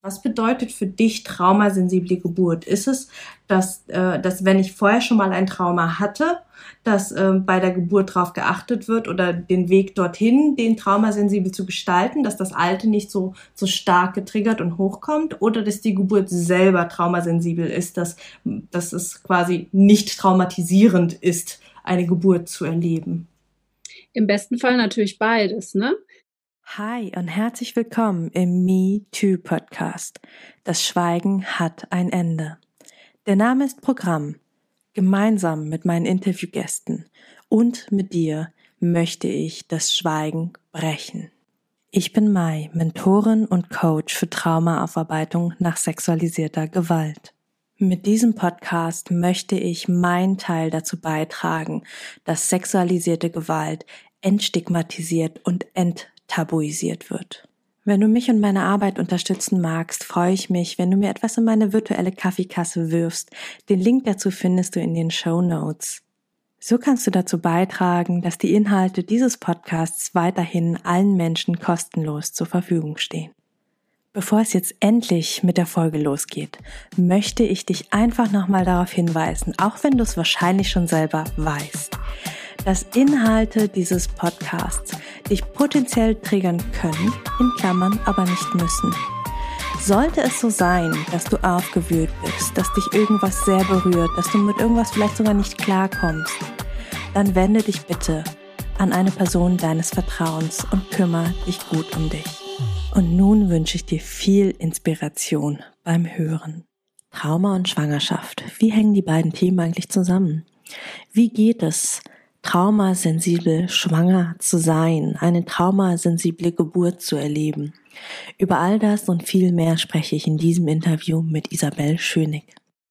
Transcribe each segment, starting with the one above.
Was bedeutet für dich traumasensible Geburt? Ist es, dass wenn ich vorher schon mal ein Trauma hatte, dass bei der Geburt drauf geachtet wird oder den Weg dorthin, den traumasensibel zu gestalten, dass das Alte nicht so stark getriggert und hochkommt, oder dass die Geburt selber traumasensibel ist, dass es quasi nicht traumatisierend ist, eine Geburt zu erleben? Im besten Fall natürlich beides, ne? Hi und herzlich willkommen im Me Too Podcast. Das Schweigen hat ein Ende. Der Name ist Programm. Gemeinsam mit meinen Interviewgästen und mit dir möchte ich das Schweigen brechen. Ich bin Mai, Mentorin und Coach für Traumaaufarbeitung nach sexualisierter Gewalt. Mit diesem Podcast möchte ich meinen Teil dazu beitragen, dass sexualisierte Gewalt entstigmatisiert und enttabuisiert wird. Wenn du mich und meine Arbeit unterstützen magst, freue ich mich, wenn du mir etwas in meine virtuelle Kaffeekasse wirfst. Den Link dazu findest du in den Shownotes. So kannst du dazu beitragen, dass die Inhalte dieses Podcasts weiterhin allen Menschen kostenlos zur Verfügung stehen. Bevor es jetzt endlich mit der Folge losgeht, möchte ich dich einfach nochmal darauf hinweisen, auch wenn du es wahrscheinlich schon selber weißt, dass Inhalte dieses Podcasts dich potenziell triggern können, in Klammern aber nicht müssen. Sollte es so sein, dass du aufgewühlt bist, dass dich irgendwas sehr berührt, dass du mit irgendwas vielleicht sogar nicht klarkommst, dann wende dich bitte an eine Person deines Vertrauens und kümmere dich gut um dich. Und nun wünsche ich dir viel Inspiration beim Hören. Trauma und Schwangerschaft. Wie hängen die beiden Themen eigentlich zusammen? Wie geht es, traumasensibel schwanger zu sein, eine traumasensible Geburt zu erleben? Über all das und viel mehr spreche ich in diesem Interview mit Isabel Schönig.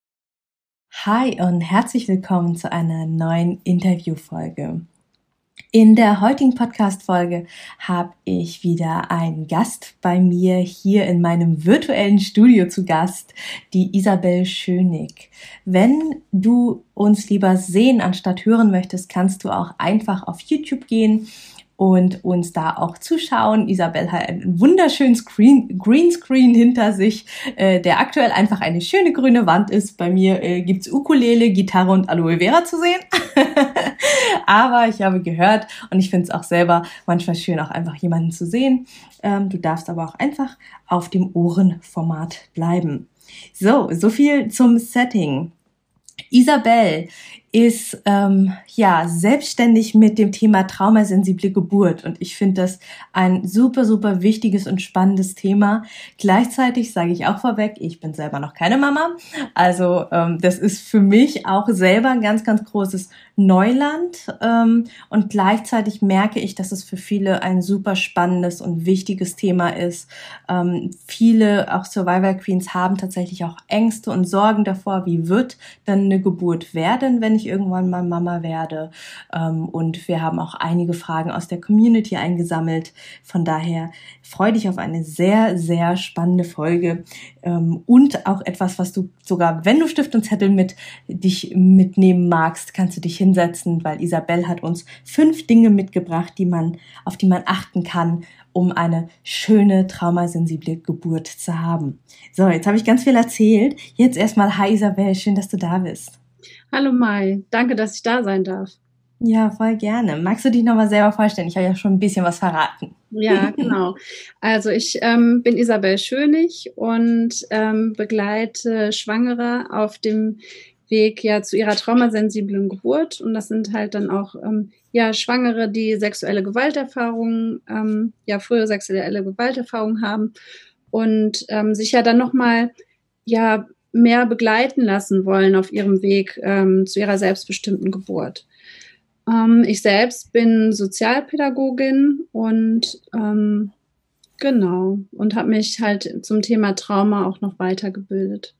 Hi und herzlich willkommen zu einer neuen Interviewfolge. In der heutigen Podcast-Folge habe ich wieder einen Gast bei mir hier in meinem virtuellen Studio zu Gast, die Isabel Schönig. Wenn du uns lieber sehen anstatt hören möchtest, kannst du auch einfach auf YouTube gehen und uns da auch zuschauen. Isabel hat einen wunderschönen Greenscreen hinter sich, der aktuell einfach eine schöne grüne Wand ist. Bei mir gibt's Ukulele, Gitarre und Aloe Vera zu sehen. Aber ich habe gehört und ich finde es auch selber manchmal schön, auch einfach jemanden zu sehen. Du darfst aber auch einfach auf dem Ohrenformat bleiben. So viel zum Setting. Isabel ist selbstständig mit dem Thema traumasensible Geburt und ich finde das ein super, super wichtiges und spannendes Thema. Gleichzeitig sage ich auch vorweg, ich bin selber noch keine Mama, also das ist für mich auch selber ein ganz, ganz großes Neuland und gleichzeitig merke ich, dass es für viele ein super spannendes und wichtiges Thema ist. Viele, auch Survivor Queens, haben tatsächlich auch Ängste und Sorgen davor, wie wird dann eine Geburt werden, wenn ich irgendwann mal Mama werde. Und wir haben auch einige Fragen aus der Community eingesammelt. Von daher freue dich auf eine sehr, sehr spannende Folge und auch etwas, was du sogar, wenn du Stift und Zettel dich mitnehmen magst, kannst du dich hinsetzen, weil Isabel hat uns 5 Dinge mitgebracht, auf die man achten kann, um eine schöne, traumasensible Geburt zu haben. So, jetzt habe ich ganz viel erzählt. Jetzt erstmal, hi Isabel, schön, dass du da bist. Hallo Mai, danke, dass ich da sein darf. Ja, voll gerne. Magst du dich nochmal selber vorstellen? Ich habe ja schon ein bisschen was verraten. Ja, genau. Also ich bin Isabel Schönig und begleite Schwangere auf dem Weg zu ihrer traumasensiblen Geburt. Und das sind halt dann auch Schwangere, die sexuelle Gewalterfahrungen, frühe sexuelle Gewalterfahrungen haben und sich ja dann nochmal mehr begleiten lassen wollen auf ihrem Weg zu ihrer selbstbestimmten Geburt. Ich selbst bin Sozialpädagogin und und habe mich halt zum Thema Trauma auch noch weitergebildet.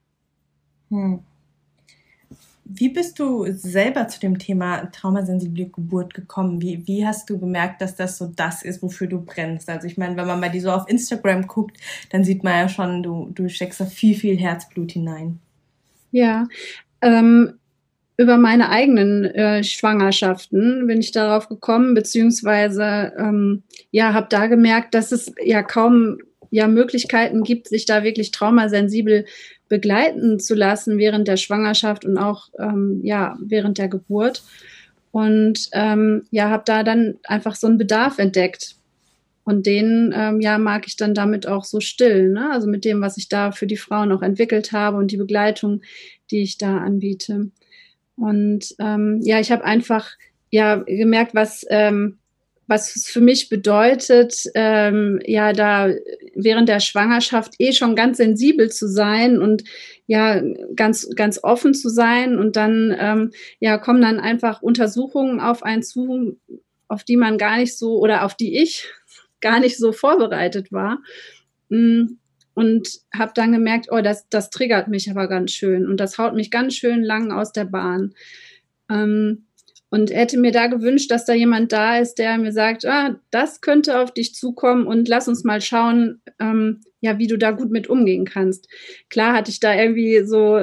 Wie bist du selber zu dem Thema traumasensible Geburt gekommen? Wie hast du gemerkt, dass das so das ist, wofür du brennst? Also ich meine, wenn man bei dir so auf Instagram guckt, dann sieht man ja schon, du steckst da viel, viel Herzblut hinein. Ja, über meine eigenen Schwangerschaften bin ich darauf gekommen, beziehungsweise habe da gemerkt, dass es ja kaum Möglichkeiten gibt, sich da wirklich traumasensibel begleiten zu lassen während der Schwangerschaft und auch während der Geburt. Und habe da dann einfach so einen Bedarf entdeckt. Und den mag ich dann damit auch so stillen, ne? Also mit dem, was ich da für die Frauen auch entwickelt habe und die Begleitung, die ich da anbiete. Und ich habe einfach gemerkt, was es für mich bedeutet, da während der Schwangerschaft schon ganz sensibel zu sein und ganz, ganz offen zu sein. Und dann kommen dann einfach Untersuchungen auf einen zu, auf die man gar nicht so, oder auf die ich gar nicht so vorbereitet war. Und habe dann gemerkt, oh, das triggert mich aber ganz schön und das haut mich ganz schön lang aus der Bahn. Und hätte mir da gewünscht, dass da jemand da ist, der mir sagt, das könnte auf dich zukommen und lass uns mal schauen, wie du da gut mit umgehen kannst. Klar hatte ich da irgendwie so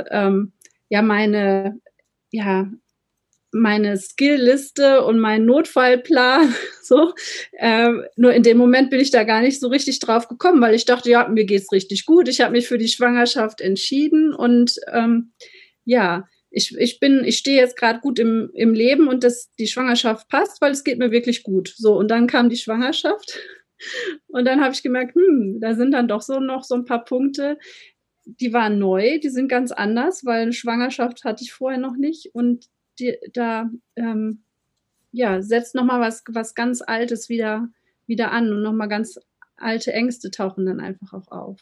meine Skill-Liste und meinen Notfallplan, so. Nur in dem Moment bin ich da gar nicht so richtig drauf gekommen, weil ich dachte, ja, mir geht's richtig gut. Ich habe mich für die Schwangerschaft entschieden und ich stehe jetzt gerade gut im Leben und die Schwangerschaft passt, weil es geht mir wirklich gut. So, und dann kam die Schwangerschaft und dann habe ich gemerkt, da sind dann doch noch so ein paar Punkte, die waren neu, die sind ganz anders, weil eine Schwangerschaft hatte ich vorher noch nicht und setzt nochmal was ganz Altes wieder an und nochmal ganz alte Ängste tauchen dann einfach auch auf.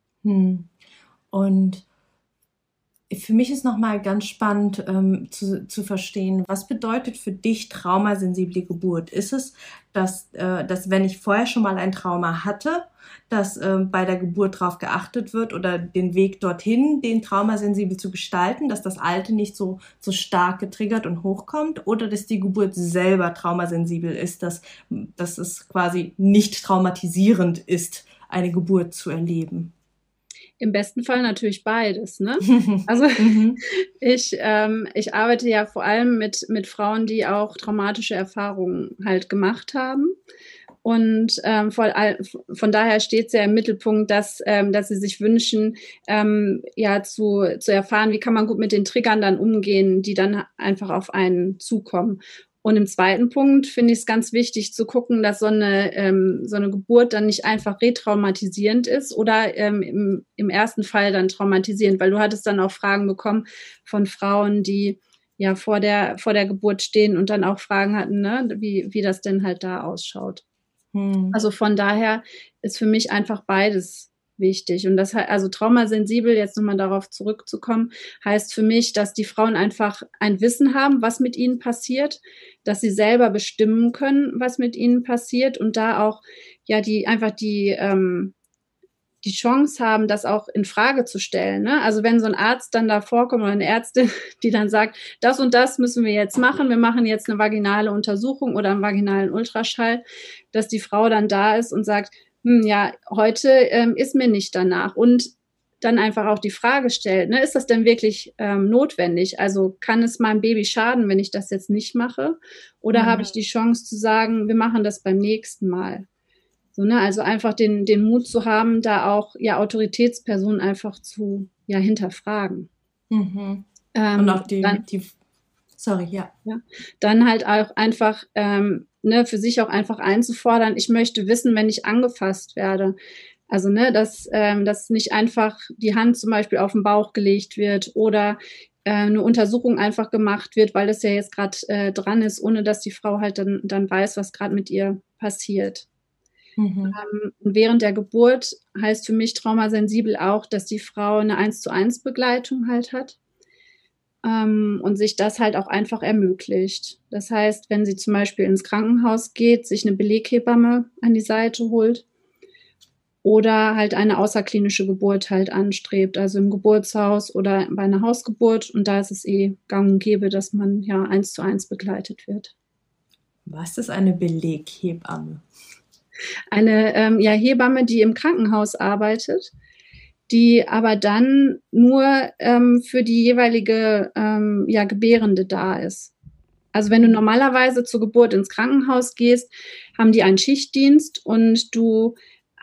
Und für mich ist nochmal ganz spannend zu verstehen, was bedeutet für dich traumasensible Geburt? Ist es, dass wenn ich vorher schon mal ein Trauma hatte, dass bei der Geburt darauf geachtet wird oder den Weg dorthin, den traumasensibel zu gestalten, dass das Alte nicht so stark getriggert und hochkommt, oder dass die Geburt selber traumasensibel ist, dass es quasi nicht traumatisierend ist, eine Geburt zu erleben? Im besten Fall natürlich beides, ne? Also ich arbeite ja vor allem mit Frauen, die auch traumatische Erfahrungen halt gemacht haben. Und von daher steht es ja im Mittelpunkt, dass sie sich wünschen, zu erfahren, wie kann man gut mit den Triggern dann umgehen, die dann einfach auf einen zukommen. Und im zweiten Punkt finde ich es ganz wichtig zu gucken, dass so eine Geburt dann nicht einfach retraumatisierend ist oder im ersten Fall dann traumatisierend, weil du hattest dann auch Fragen bekommen von Frauen, die ja vor der Geburt stehen und dann auch Fragen hatten, ne, wie das denn halt da ausschaut. Also von daher ist für mich einfach beides wichtig. Und das, also traumasensibel, jetzt nochmal darauf zurückzukommen, heißt für mich, dass die Frauen einfach ein Wissen haben, was mit ihnen passiert, dass sie selber bestimmen können, was mit ihnen passiert und da auch die Chance haben, das auch in Frage zu stellen. Ne? Also wenn so ein Arzt dann da vorkommt oder eine Ärztin, die dann sagt, das und das müssen wir jetzt machen, wir machen jetzt eine vaginale Untersuchung oder einen vaginalen Ultraschall, dass die Frau dann da ist und sagt, heute ist mir nicht danach. Und dann einfach auch die Frage stellt, ne, ist das denn wirklich notwendig? Also kann es meinem Baby schaden, wenn ich das jetzt nicht mache? Oder habe ich die Chance zu sagen, wir machen das beim nächsten Mal? So, ne, also einfach den Mut zu haben, da auch Autoritätspersonen einfach zu hinterfragen. Und auch dann halt auch einfach für sich auch einfach einzufordern, ich möchte wissen, wenn ich angefasst werde. Also dass nicht einfach die Hand zum Beispiel auf den Bauch gelegt wird oder eine Untersuchung einfach gemacht wird, weil das ja jetzt gerade dran ist, ohne dass die Frau halt dann weiß, was gerade mit ihr passiert. Während der Geburt heißt für mich traumasensibel auch, dass die Frau eine 1:1 Begleitung halt hat und sich das halt auch einfach ermöglicht. Das heißt, wenn sie zum Beispiel ins Krankenhaus geht, sich eine Beleghebamme an die Seite holt oder halt eine außerklinische Geburt halt anstrebt, also im Geburtshaus oder bei einer Hausgeburt, und da ist es gang und gäbe, dass man 1:1 begleitet wird. Was ist eine Beleghebamme? Eine Hebamme, die im Krankenhaus arbeitet, die aber dann nur für die jeweilige Gebärende da ist. Also wenn du normalerweise zur Geburt ins Krankenhaus gehst, haben die einen Schichtdienst und du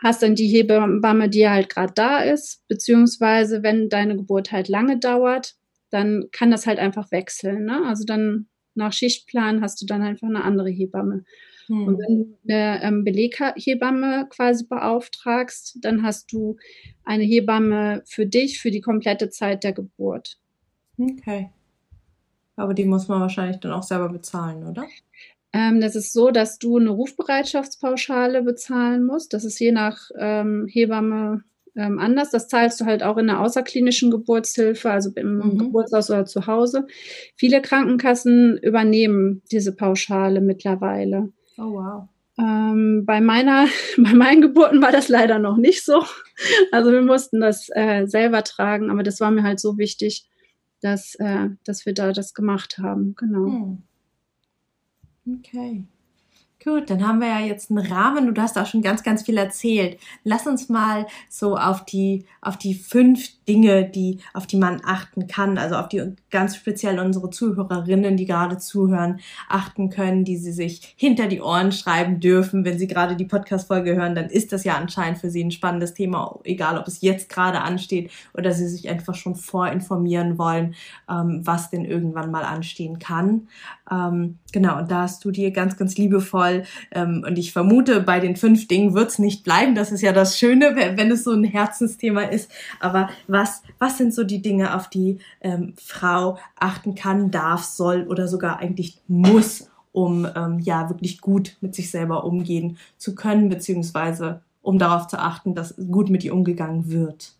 hast dann die Hebamme, die halt gerade da ist, beziehungsweise wenn deine Geburt halt lange dauert, dann kann das halt einfach wechseln, ne? Also dann nach Schichtplan hast du dann einfach eine andere Hebamme. Und wenn du eine Beleghebamme quasi beauftragst, dann hast du eine Hebamme für dich für die komplette Zeit der Geburt. Okay. Aber die muss man wahrscheinlich dann auch selber bezahlen, oder? Das ist so, dass du eine Rufbereitschaftspauschale bezahlen musst. Das ist je nach Hebamme anders. Das zahlst du halt auch in der außerklinischen Geburtshilfe, also im Geburtshaus oder zu Hause. Viele Krankenkassen übernehmen diese Pauschale mittlerweile. Oh, wow. Bei meinen Geburten war das leider noch nicht so. Also wir mussten das selber tragen, aber das war mir halt so wichtig, dass wir da das gemacht haben. Genau. Okay. Gut, dann haben wir ja jetzt einen Rahmen und du hast auch schon ganz, ganz viel erzählt. Lass uns mal so auf die 5 Dinge, auf die man achten kann, also auf die ganz speziell unsere Zuhörerinnen, die gerade zuhören, achten können, die sie sich hinter die Ohren schreiben dürfen. Wenn sie gerade die Podcast-Folge hören, dann ist das ja anscheinend für sie ein spannendes Thema, egal ob es jetzt gerade ansteht oder sie sich einfach schon vorinformieren wollen, was denn irgendwann mal anstehen kann. Genau, und da hast du dir ganz, ganz liebevoll und ich vermute, bei den 5 Dingen wird's nicht bleiben. Das ist ja das Schöne, wenn es so ein Herzensthema ist. Aber was sind so die Dinge, auf die Frau achten kann, darf, soll oder sogar eigentlich muss, um wirklich gut mit sich selber umgehen zu können, beziehungsweise um darauf zu achten, dass gut mit ihr umgegangen wird?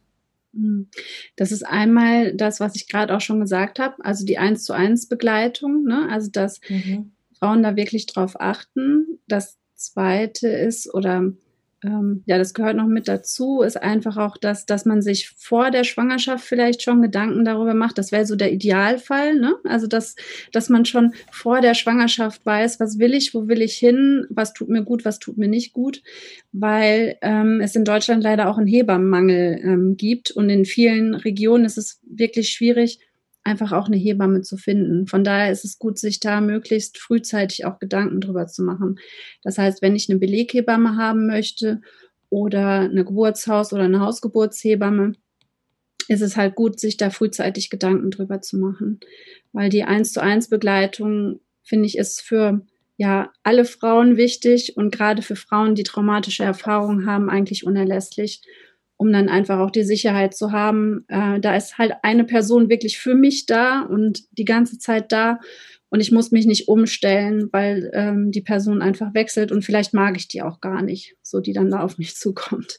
Das ist einmal das, was ich gerade auch schon gesagt habe, also die 1:1 Begleitung, ne? Also dass Frauen da wirklich drauf achten. Das Zweite ist, oder das gehört noch mit dazu, ist einfach auch, dass man sich vor der Schwangerschaft vielleicht schon Gedanken darüber macht. Das wäre so der Idealfall, ne? Also dass man schon vor der Schwangerschaft weiß, was will ich, wo will ich hin, was tut mir gut, was tut mir nicht gut, weil es in Deutschland leider auch einen Hebammenmangel gibt und in vielen Regionen ist es wirklich schwierig, einfach auch eine Hebamme zu finden. Von daher ist es gut, sich da möglichst frühzeitig auch Gedanken drüber zu machen. Das heißt, wenn ich eine Beleghebamme haben möchte oder eine Geburtshaus- oder eine Hausgeburtshebamme, ist es halt gut, sich da frühzeitig Gedanken drüber zu machen. Weil die 1:1 Begleitung, finde ich, ist für alle Frauen wichtig und gerade für Frauen, die traumatische Erfahrungen haben, eigentlich unerlässlich, um dann einfach auch die Sicherheit zu haben, da ist halt eine Person wirklich für mich da und die ganze Zeit da und ich muss mich nicht umstellen, weil die Person einfach wechselt und vielleicht mag ich die auch gar nicht, so die dann da auf mich zukommt.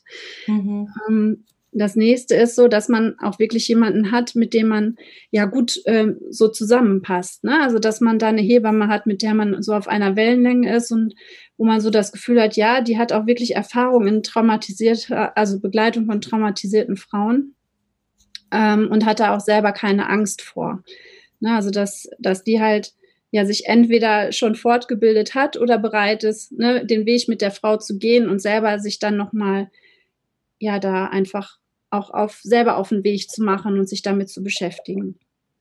Das nächste ist so, dass man auch wirklich jemanden hat, mit dem man gut so zusammenpasst, ne? Also dass man da eine Hebamme hat, mit der man so auf einer Wellenlänge ist und wo man so das Gefühl hat, ja, die hat auch wirklich Erfahrung in Begleitung von traumatisierten Frauen und hat da auch selber keine Angst vor. Ne? Also dass die halt sich entweder schon fortgebildet hat oder bereit ist, ne, den Weg mit der Frau zu gehen und selber sich dann nochmal da einfach auch selber auf den Weg zu machen und sich damit zu beschäftigen.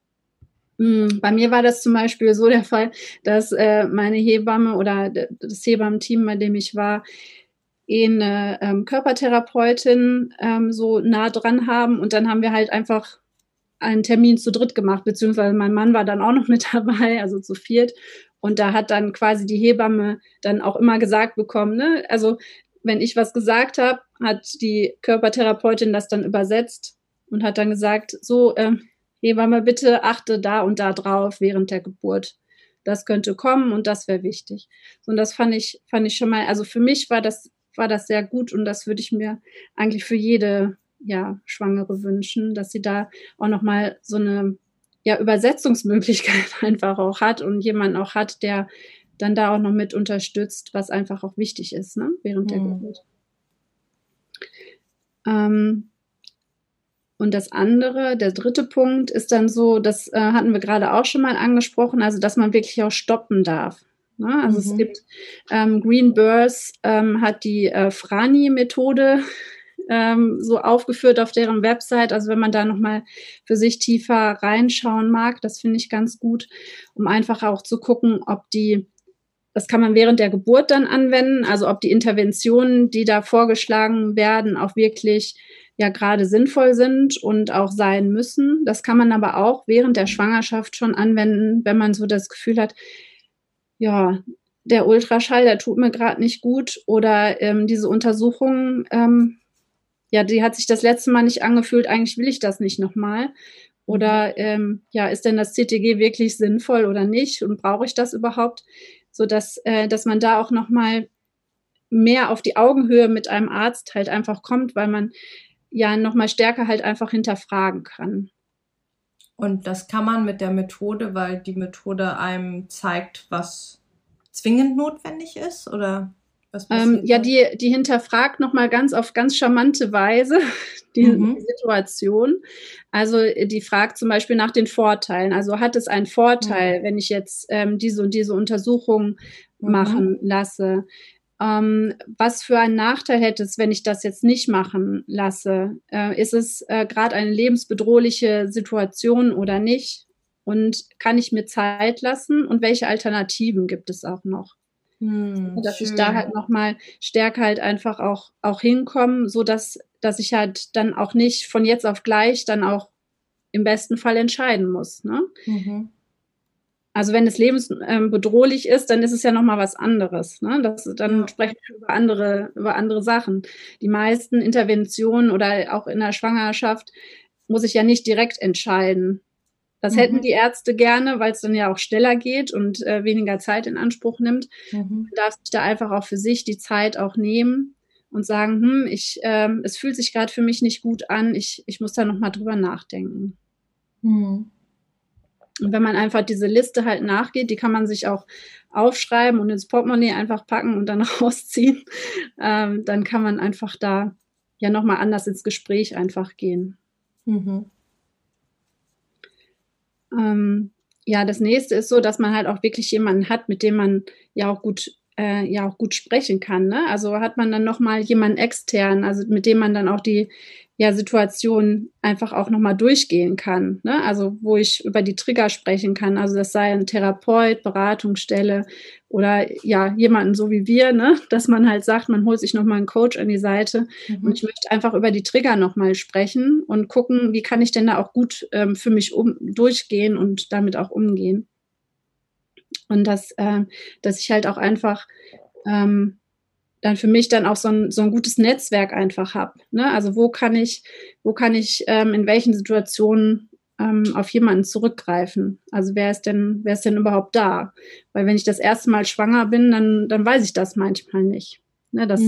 Bei mir war das zum Beispiel so der Fall, dass meine Hebamme oder das Hebammenteam, bei dem ich war, eine Körpertherapeutin so nah dran haben und dann haben wir halt einfach einen Termin zu dritt gemacht, beziehungsweise mein Mann war dann auch noch mit dabei, also zu viert und da hat dann quasi die Hebamme dann auch immer gesagt bekommen, ne, also wenn ich was gesagt habe, hat die Körpertherapeutin das dann übersetzt und hat dann gesagt, so, Hebamme, bitte achte da und da drauf während der Geburt. Das könnte kommen und das wäre wichtig. Und das fand ich schon mal, also für mich war das sehr gut und das würde ich mir eigentlich für jede Schwangere wünschen, dass sie da auch nochmal so eine Übersetzungsmöglichkeit einfach auch hat und jemanden auch hat, der dann da auch noch mit unterstützt, was einfach auch wichtig ist, ne, während der Geburt. Und das andere, der dritte Punkt ist dann so, das hatten wir gerade auch schon mal angesprochen, also dass man wirklich auch stoppen darf. Ne? Also es gibt Green Birth hat die Frani-Methode so aufgeführt auf deren Website. Also wenn man da nochmal für sich tiefer reinschauen mag, das finde ich ganz gut, um einfach auch zu gucken, ob die das kann man während der Geburt dann anwenden, also ob die Interventionen, die da vorgeschlagen werden, auch wirklich ja gerade sinnvoll sind und auch sein müssen. Das kann man aber auch während der Schwangerschaft schon anwenden, wenn man so das Gefühl hat, ja, der Ultraschall, der tut mir gerade nicht gut oder diese Untersuchung, ja, die hat sich das letzte Mal nicht angefühlt, eigentlich will ich das nicht nochmal. Oder ja, ist denn das CTG wirklich sinnvoll oder nicht und brauche ich das überhaupt? So dass man da auch nochmal mehr auf die Augenhöhe mit einem Arzt halt einfach kommt, weil man ja nochmal stärker halt einfach hinterfragen kann. Und das kann man mit der Methode, weil die Methode einem zeigt, was zwingend notwendig ist, oder was passiert? Ja, die hinterfragt nochmal auf ganz charmante Weise die Situation. Also die fragt zum Beispiel nach den Vorteilen. Also hat es einen Vorteil, wenn ich jetzt diese und diese Untersuchung machen lasse? Was für einen Nachteil hätte es, wenn ich das jetzt nicht machen lasse? Ist es gerade eine lebensbedrohliche Situation oder nicht? Und kann ich mir Zeit lassen? Und welche Alternativen gibt es auch noch? Dass schön. ich da halt nochmal stärker halt einfach auch hinkomme, so dass ich halt dann auch nicht von jetzt auf gleich dann auch im besten Fall entscheiden muss, ne? Also wenn es lebensbedrohlich ist, dann ist es ja nochmal was anderes, ne? Dann sprechen wir über andere Sachen. Die meisten Interventionen oder auch in der Schwangerschaft muss ich ja nicht direkt entscheiden. Das hätten die Ärzte gerne, weil es dann ja auch schneller geht und weniger Zeit in Anspruch nimmt. Man darf sich da einfach auch für sich die Zeit auch nehmen und sagen, es fühlt sich gerade für mich nicht gut an, ich muss da nochmal drüber nachdenken. Und wenn man einfach diese Liste halt nachgeht, die kann man sich auch aufschreiben und ins Portemonnaie einfach packen und dann rausziehen, dann kann man einfach da ja nochmal anders ins Gespräch einfach gehen. Ja, das nächste ist so, dass man halt auch wirklich jemanden hat, mit dem man ja auch gut sprechen kann, ne? Also hat man dann nochmal jemanden extern, also mit dem man dann auch die Situation einfach auch nochmal durchgehen kann, ne? Also wo ich über die Trigger sprechen kann, also das sei ein Therapeut, Beratungsstelle oder ja, jemanden so wie wir, ne? Dass man halt sagt, man holt sich nochmal einen Coach an die Seite und ich möchte einfach über die Trigger nochmal sprechen und gucken, wie kann ich denn da auch gut für mich durchgehen und damit auch umgehen. Und dass ich halt auch einfach dann für mich dann auch so ein gutes Netzwerk einfach habe, ne? Also wo kann ich in welchen Situationen auf jemanden zurückgreifen? Also wer ist denn überhaupt da? Weil wenn ich das erste Mal schwanger bin, dann weiß ich das manchmal nicht. Ne? Das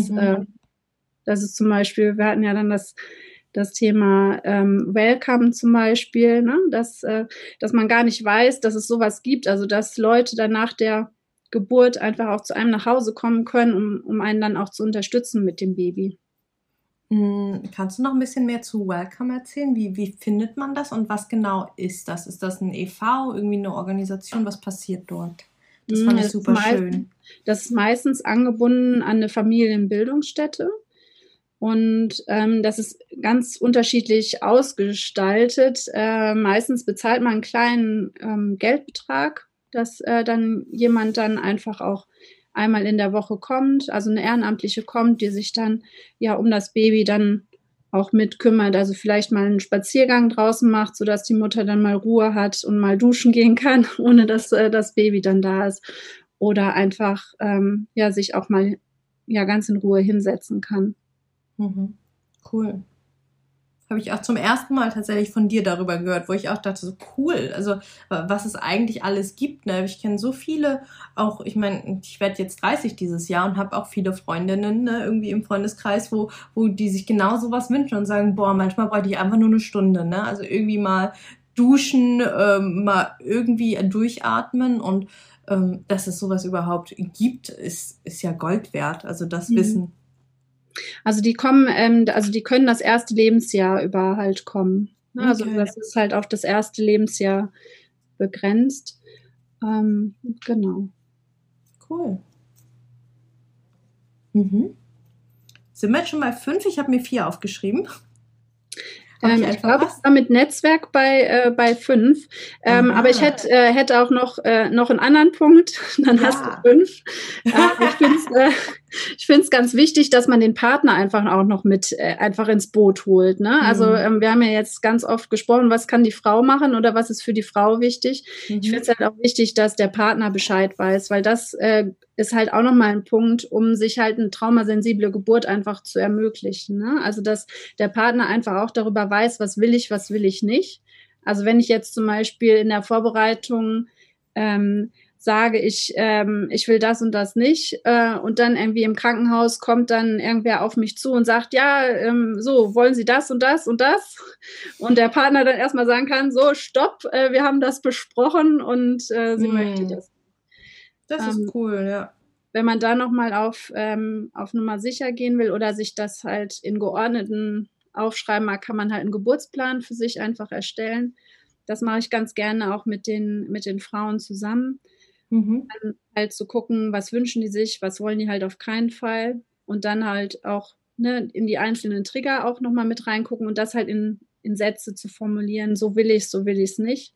ist zum Beispiel, wir hatten ja dann das Thema Welcome zum Beispiel, ne? Dass man gar nicht weiß, dass es sowas gibt, also dass Leute dann nach der Geburt einfach auch zu einem nach Hause kommen können, um einen dann auch zu unterstützen mit dem Baby. Kannst du noch ein bisschen mehr zu Welcome erzählen? Wie findet man das und was genau ist das? Ist das ein e.V., irgendwie eine Organisation? Was passiert dort? Das fand ich super schön. Das ist meistens angebunden an eine Familienbildungsstätte. Und das ist ganz unterschiedlich ausgestaltet. Meistens bezahlt man einen kleinen Geldbetrag, dass dann jemand dann einfach auch einmal in der Woche kommt, also eine Ehrenamtliche kommt, die sich dann ja um das Baby dann auch mit kümmert, also vielleicht mal einen Spaziergang draußen macht, sodass die Mutter dann mal Ruhe hat und mal duschen gehen kann, ohne dass das Baby dann da ist. Oder einfach ja sich auch mal ja ganz in Ruhe hinsetzen kann. Cool. Habe ich auch zum ersten Mal tatsächlich von dir darüber gehört, wo ich auch dachte, so cool, also was es eigentlich alles gibt, ne? Ich kenne so viele, auch, ich meine, ich werde jetzt 30 dieses Jahr und habe auch viele Freundinnen, ne, irgendwie im Freundeskreis, wo die sich genau sowas wünschen und sagen, boah, manchmal brauche ich einfach nur eine Stunde, ne? Also irgendwie mal duschen, mal irgendwie durchatmen und dass es sowas überhaupt gibt, ist ja Gold wert, also das Wissen. Also die kommen, die können das erste Lebensjahr über halt kommen. Ne? Okay. Also das ist halt auf das erste Lebensjahr begrenzt. Genau. Cool. Sind wir jetzt schon bei 5? Ich habe mir 4 aufgeschrieben. Ich glaube, es war mit Netzwerk bei 5. Aber ich hätte auch noch einen anderen Punkt. Dann hast du 5. Ich finde es ganz wichtig, dass man den Partner einfach auch noch mit einfach ins Boot holt. Ne? Also wir haben ja jetzt ganz oft gesprochen, was kann die Frau machen oder was ist für die Frau wichtig. Ich finde es halt auch wichtig, dass der Partner Bescheid weiß, weil das ist halt auch nochmal ein Punkt, um sich halt eine traumasensible Geburt einfach zu ermöglichen. Ne? Also, dass der Partner einfach auch darüber weiß, was will ich nicht. Also, wenn ich jetzt zum Beispiel in der Vorbereitung sage, ich will das und das nicht und dann irgendwie im Krankenhaus kommt dann irgendwer auf mich zu und sagt, ja, so, wollen Sie das und das und das? Und der Partner dann erstmal sagen kann, so, stopp, wir haben das besprochen und sie möchte das. Das ist cool, ja. Wenn man da nochmal auf Nummer sicher gehen will oder sich das halt in geordneten aufschreiben mag, kann man halt einen Geburtsplan für sich einfach erstellen. Das mache ich ganz gerne auch mit den Frauen zusammen. Dann halt zu gucken, was wünschen die sich, was wollen die halt auf keinen Fall. Und dann halt auch in die einzelnen Trigger auch nochmal mit reingucken und das halt in Sätze zu formulieren, so will ich es nicht.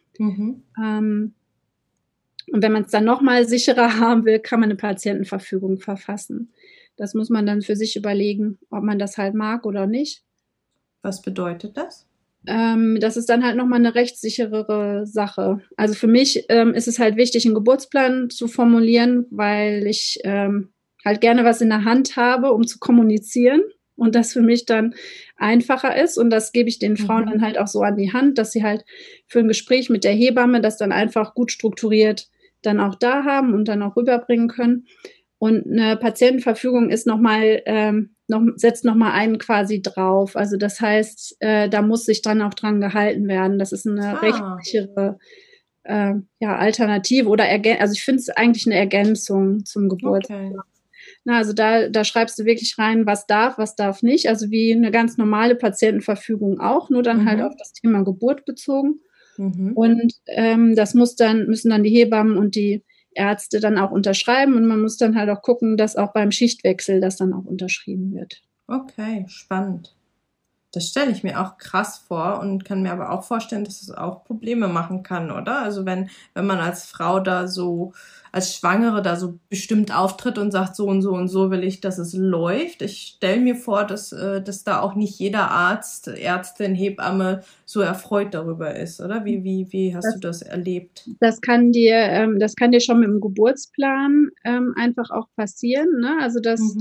Und wenn man es dann nochmal sicherer haben will, kann man eine Patientenverfügung verfassen. Das muss man dann für sich überlegen, ob man das halt mag oder nicht. Was bedeutet das? Das ist dann halt nochmal eine rechtssicherere Sache. Also für mich ist es halt wichtig, einen Geburtsplan zu formulieren, weil ich halt gerne was in der Hand habe, um zu kommunizieren. Und das für mich dann einfacher ist. Und das gebe ich den Frauen dann halt auch so an die Hand, dass sie halt für ein Gespräch mit der Hebamme das dann einfach gut strukturiert dann auch da haben und dann auch rüberbringen können. Und eine Patientenverfügung ist setzt nochmal einen quasi drauf. Also das heißt, da muss sich dann auch dran gehalten werden. Das ist eine rechtssichere Alternative oder also ich finde es eigentlich eine Ergänzung zum Geburtstag. Okay. Also da schreibst du wirklich rein, was darf nicht. Also wie eine ganz normale Patientenverfügung auch, nur dann halt auf das Thema Geburt bezogen. Und das müssen dann die Hebammen und die Ärzte dann auch unterschreiben und man muss dann halt auch gucken, dass auch beim Schichtwechsel das dann auch unterschrieben wird. Okay, spannend. Das stelle ich mir auch krass vor und kann mir aber auch vorstellen, dass es auch Probleme machen kann, oder? Also wenn man als Frau da so, als Schwangere da so bestimmt auftritt und sagt, so und so und so will ich, dass es läuft. Ich stelle mir vor, dass da auch nicht jeder Arzt, Ärztin, Hebamme so erfreut darüber ist, oder? Wie hast du das erlebt? Das kann dir schon mit dem Geburtsplan einfach auch passieren, ne? Also dass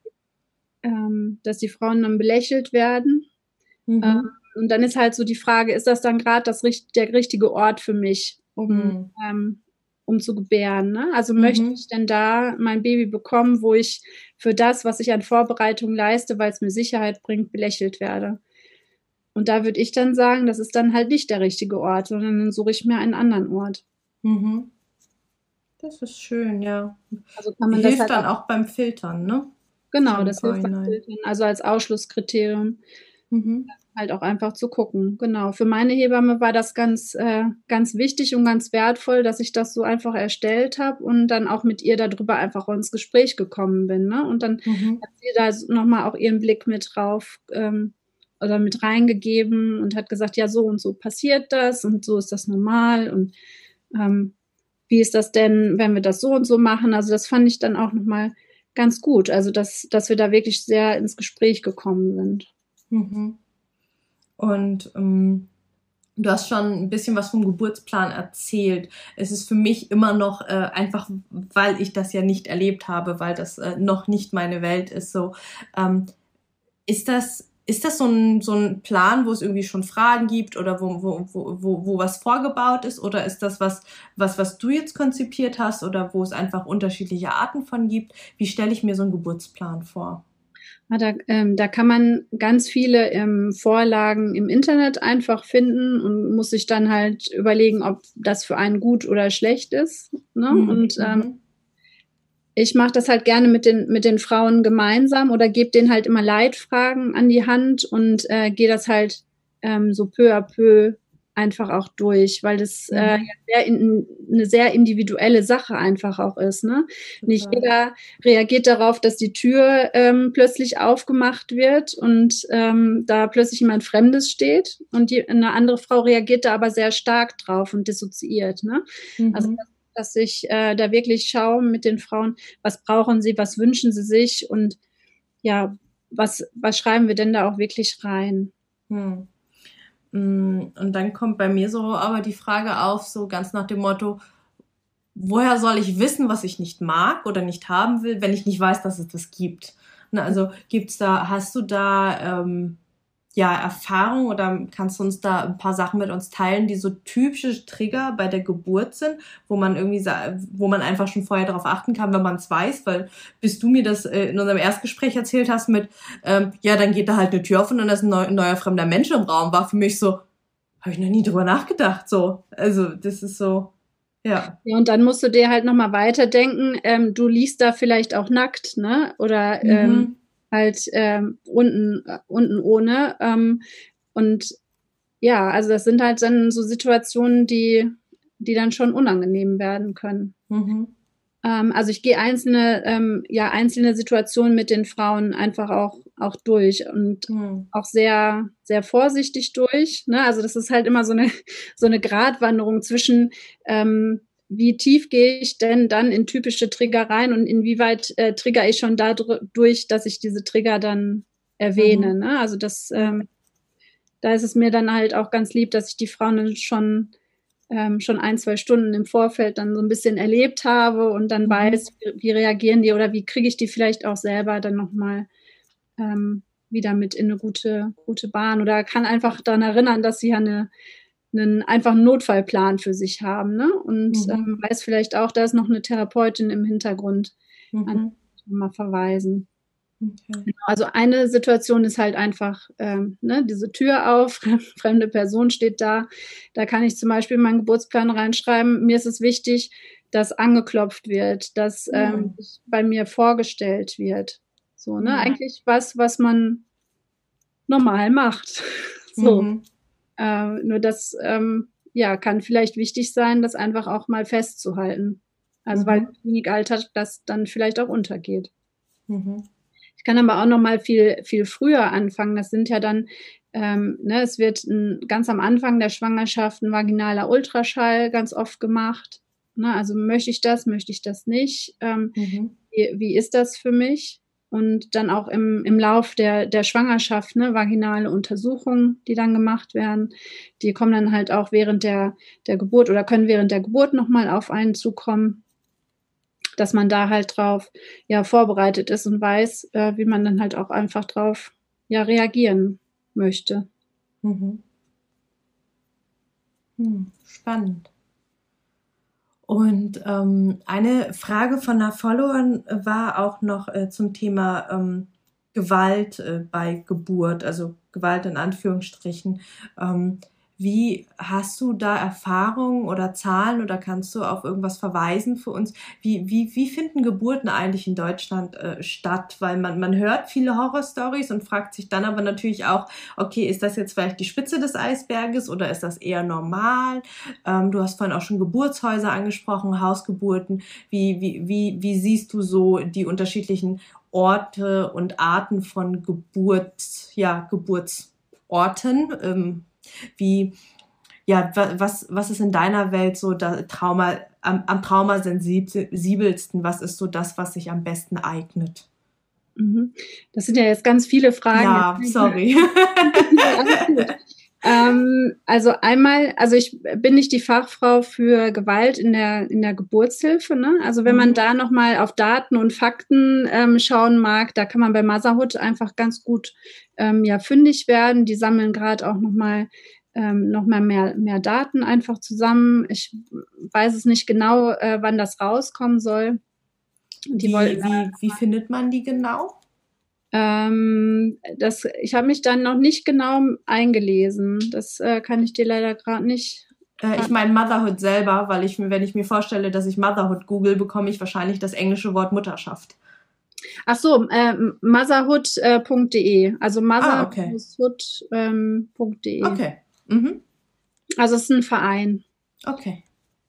die Frauen dann belächelt werden. Und dann ist halt so die Frage, ist das dann gerade der richtige Ort für mich, um zu gebären? Ne? Also möchte ich denn da mein Baby bekommen, wo ich für das, was ich an Vorbereitung leiste, weil es mir Sicherheit bringt, belächelt werde? Und da würde ich dann sagen, das ist dann halt nicht der richtige Ort, sondern dann suche ich mir einen anderen Ort. Das ist schön, ja. Also kann man hilft das halt dann auch beim Filtern, ne? Genau, das hilft beim Filtern. Also als Ausschlusskriterium. Halt auch einfach zu gucken. Genau. Für meine Hebamme war das ganz wichtig und ganz wertvoll, dass ich das so einfach erstellt habe und dann auch mit ihr darüber einfach ins Gespräch gekommen bin. Ne? Und dann hat sie da nochmal auch ihren Blick mit drauf oder mit reingegeben und hat gesagt, ja, so und so passiert das und so ist das normal und wie ist das denn, wenn wir das so und so machen? Also das fand ich dann auch nochmal ganz gut. Also dass wir da wirklich sehr ins Gespräch gekommen sind. Und du hast schon ein bisschen was vom Geburtsplan erzählt. Es ist für mich immer noch einfach, weil ich das ja nicht erlebt habe, weil das noch nicht meine Welt ist. So ist das so ein Plan, wo es irgendwie schon Fragen gibt oder wo was vorgebaut ist, oder ist das was du jetzt konzipiert hast oder wo es einfach unterschiedliche Arten von gibt? Wie stelle ich mir so einen Geburtsplan vor? Da kann man ganz viele Vorlagen im Internet einfach finden und muss sich dann halt überlegen, ob das für einen gut oder schlecht ist. Ne? Und ich mache das halt gerne mit den Frauen gemeinsam oder gebe denen halt immer Leitfragen an die Hand und gehe das halt so peu à peu einfach auch durch, weil das eine sehr individuelle Sache einfach auch ist. Ne? Nicht jeder reagiert darauf, dass die Tür plötzlich aufgemacht wird und da plötzlich jemand Fremdes steht und eine andere Frau reagiert da aber sehr stark drauf und dissoziiert. Ne? Also dass ich da wirklich schaue mit den Frauen, was brauchen sie, was wünschen sie sich und ja, was schreiben wir denn da auch wirklich rein? Und dann kommt bei mir so aber die Frage auf, so ganz nach dem Motto, woher soll ich wissen, was ich nicht mag oder nicht haben will, wenn ich nicht weiß, dass es das gibt? Also hast du da Erfahrung oder kannst du uns da ein paar Sachen mit uns teilen, die so typische Trigger bei der Geburt sind, wo man einfach schon vorher darauf achten kann, wenn man es weiß, weil bis du mir das in unserem Erstgespräch erzählt hast mit, dann geht da halt eine Tür auf und dann ist ein neuer fremder Mensch im Raum, war für mich so, habe ich noch nie drüber nachgedacht, so. Also das ist so, ja. Ja, und dann musst du dir halt nochmal weiterdenken, du liegst da vielleicht auch nackt, ne, oder unten ohne. Und ja, also das sind halt dann so Situationen, die dann schon unangenehm werden können. Also ich gehe einzelne Situationen mit den Frauen einfach auch durch und auch sehr, sehr vorsichtig durch. Ne? Also das ist halt immer so eine Gratwanderung zwischen wie tief gehe ich denn dann in typische Trigger rein und inwieweit trigger ich schon dadurch, dass ich diese Trigger dann erwähne. Ne? Also da ist es mir dann halt auch ganz lieb, dass ich die Frauen dann schon 1-2 Stunden im Vorfeld dann so ein bisschen erlebt habe und dann weiß, wie reagieren die oder wie kriege ich die vielleicht auch selber dann nochmal wieder mit in eine gute Bahn oder kann einfach daran erinnern, dass sie ja einen einfachen Notfallplan für sich haben, ne? Und weiß vielleicht auch, da ist noch eine Therapeutin im Hintergrund, an die mal verweisen. Okay. Also eine Situation ist halt einfach, diese Tür auf, fremde Person steht da. Da kann ich zum Beispiel in meinen Geburtsplan reinschreiben, mir ist es wichtig, dass angeklopft wird, dass bei mir vorgestellt wird. So, ne? Eigentlich was man normal macht. So. Nur das kann vielleicht wichtig sein, das einfach auch mal festzuhalten. Also weil im Klinikalltag das dann vielleicht auch untergeht. Ich kann aber auch noch mal viel, viel früher anfangen. Das sind ja dann, es wird ganz am Anfang der Schwangerschaft ein vaginaler Ultraschall ganz oft gemacht. Ne? Also möchte ich das nicht? Wie ist das für mich? Und dann auch im Lauf der Schwangerschaft, ne, vaginale Untersuchungen, die dann gemacht werden. Die kommen dann halt auch während der Geburt oder können während der Geburt nochmal auf einen zukommen, dass man da halt drauf vorbereitet ist und weiß, wie man dann halt auch einfach drauf reagieren möchte. Spannend. Und eine Frage von einer Followerin war auch noch zum Thema Gewalt bei Geburt, also Gewalt in Anführungsstrichen. Wie hast du da Erfahrungen oder Zahlen oder kannst du auf irgendwas verweisen für uns? Wie finden Geburten eigentlich in Deutschland statt? Weil man hört viele Horrorstories und fragt sich dann aber natürlich auch, okay, ist das jetzt vielleicht die Spitze des Eisberges oder ist das eher normal? Du hast vorhin auch schon Geburtshäuser angesprochen, Hausgeburten. Wie siehst du so die unterschiedlichen Orte und Arten von Geburtsorten? Was ist in deiner Welt so das Trauma, am traumasensibelsten? Was ist so das, was sich am besten eignet? Das sind ja jetzt ganz viele Fragen. Ja, sorry. Also ich bin nicht die Fachfrau für Gewalt in der Geburtshilfe, ne? Also wenn man da nochmal auf Daten und Fakten schauen mag, da kann man bei Motherhood einfach ganz gut fündig werden. Die sammeln gerade auch noch mal mehr Daten einfach zusammen. Ich weiß es nicht genau, wann das rauskommen soll. Wie findet man die genau? Ich habe mich dann noch nicht genau eingelesen. Das kann ich dir leider gerade nicht. Ich meine Motherhood selber, weil wenn ich mir vorstelle, dass ich Motherhood google, bekomme ich wahrscheinlich das englische Wort Mutterschaft. Ach so, motherhood.de. Also motherhood.de. Okay. Also es ist ein Verein. Okay.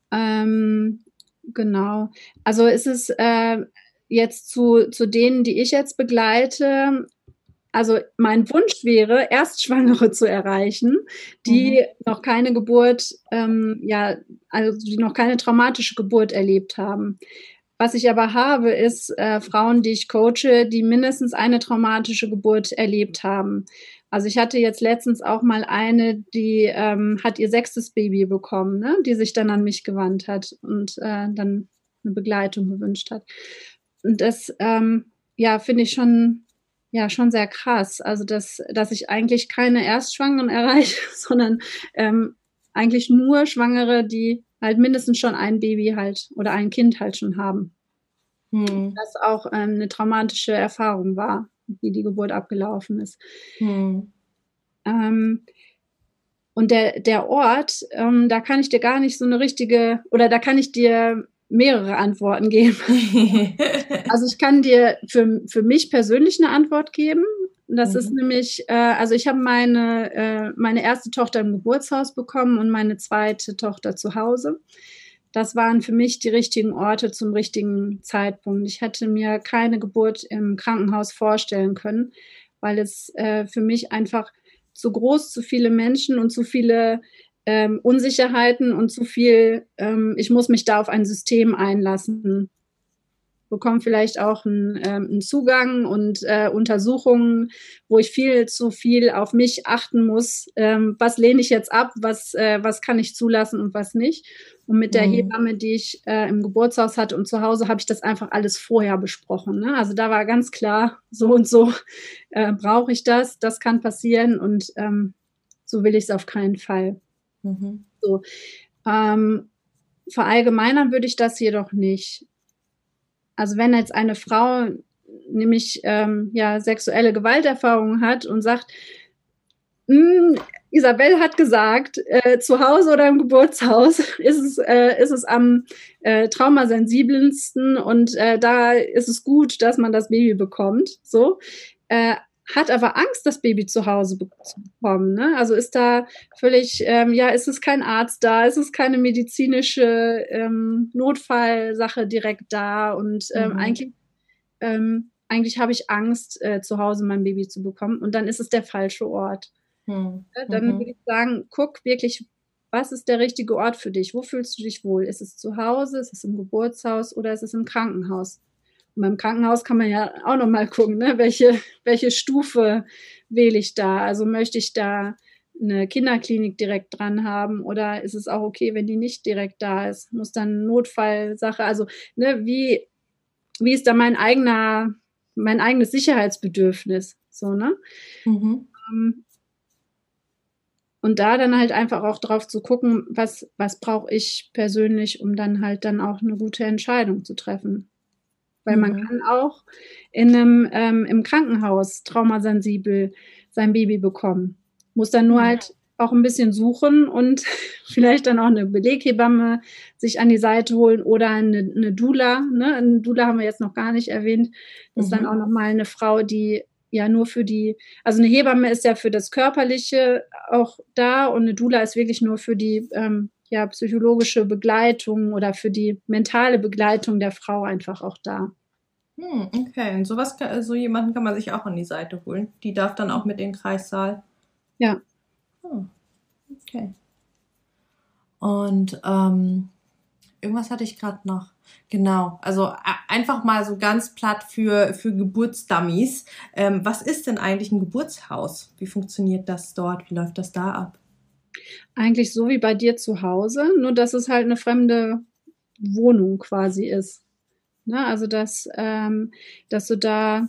Genau. Also ist es jetzt zu denen, die ich jetzt begleite, also mein Wunsch wäre, Erstschwangere zu erreichen, die noch keine Geburt, also die noch keine traumatische Geburt erlebt haben. Was ich aber habe, ist Frauen, die ich coache, die mindestens eine traumatische Geburt erlebt haben. Also ich hatte jetzt letztens auch mal eine, die hat ihr 6. Baby bekommen, ne? Die sich dann an mich gewandt hat und dann eine Begleitung gewünscht hat. Und das, finde ich schon sehr krass. Also, dass ich eigentlich keine Erstschwangeren erreiche, sondern eigentlich nur Schwangere, die halt mindestens schon ein Baby halt oder ein Kind halt schon haben. Das auch eine traumatische Erfahrung war, wie die Geburt abgelaufen ist. Und der Ort, da kann ich dir gar nicht so eine richtige, oder da kann ich dir mehrere Antworten geben. Also ich kann dir für mich persönlich eine Antwort geben. Das ist nämlich, also ich habe meine erste Tochter im Geburtshaus bekommen und meine zweite Tochter zu Hause. Das waren für mich die richtigen Orte zum richtigen Zeitpunkt. Ich hätte mir keine Geburt im Krankenhaus vorstellen können, weil es für mich einfach zu groß, zu viele Menschen und zu viele Unsicherheiten und zu viel, ich muss mich da auf ein System einlassen. Bekomme vielleicht auch einen Zugang und Untersuchungen, wo ich viel zu viel auf mich achten muss. Was lehne ich jetzt ab? Was kann ich zulassen und was nicht? Und mit der Hebamme, die ich im Geburtshaus hatte und zu Hause, habe ich das einfach alles vorher besprochen. Ne? Also da war ganz klar, so und so brauche ich das. Das kann passieren und so will ich es auf keinen Fall. So, verallgemeinern würde ich das jedoch nicht. Also wenn jetzt eine Frau nämlich sexuelle Gewalterfahrungen hat und sagt, Isabel hat gesagt, zu Hause oder im Geburtshaus ist es am traumasensibelsten und da ist es gut, dass man das Baby bekommt. So. Hat aber Angst, das Baby zu Hause zu bekommen. Ne? Also ist da völlig, ist es kein Arzt da, ist es keine medizinische Notfallsache direkt da und eigentlich habe ich Angst, zu Hause mein Baby zu bekommen und dann ist es der falsche Ort. Dann würde ich sagen, guck wirklich, was ist der richtige Ort für dich? Wo fühlst du dich wohl? Ist es zu Hause, ist es im Geburtshaus oder ist es im Krankenhaus? Und beim Krankenhaus kann man ja auch noch mal gucken, ne? Welche Stufe wähle ich da? Also möchte ich da eine Kinderklinik direkt dran haben oder ist es auch okay, wenn die nicht direkt da ist? Muss dann eine Notfallsache, also ne, wie ist da mein eigenes Sicherheitsbedürfnis? So, ne? Und da dann halt einfach auch drauf zu gucken, was brauche ich persönlich, um dann halt dann auch eine gute Entscheidung zu treffen. Weil man kann auch im Krankenhaus traumasensibel sein Baby bekommen. Muss dann nur halt auch ein bisschen suchen und vielleicht dann auch eine Beleghebamme sich an die Seite holen oder eine Doula. Ne? Eine Doula haben wir jetzt noch gar nicht erwähnt. Das ist dann auch nochmal eine Frau, die ja nur also eine Hebamme ist ja für das Körperliche auch da und eine Doula ist wirklich nur für die psychologische Begleitung oder für die mentale Begleitung der Frau einfach auch da. Okay, und so jemanden kann man sich auch an die Seite holen. Die darf dann auch mit in den Kreissaal. Ja. Okay. Und irgendwas hatte ich gerade noch. Genau, also einfach mal so ganz platt für Geburtsdummies. Was ist denn eigentlich ein Geburtshaus? Wie funktioniert das dort? Wie läuft das da ab? Eigentlich so wie bei dir zu Hause, nur dass es halt eine fremde Wohnung quasi ist. Ne? Also dass du da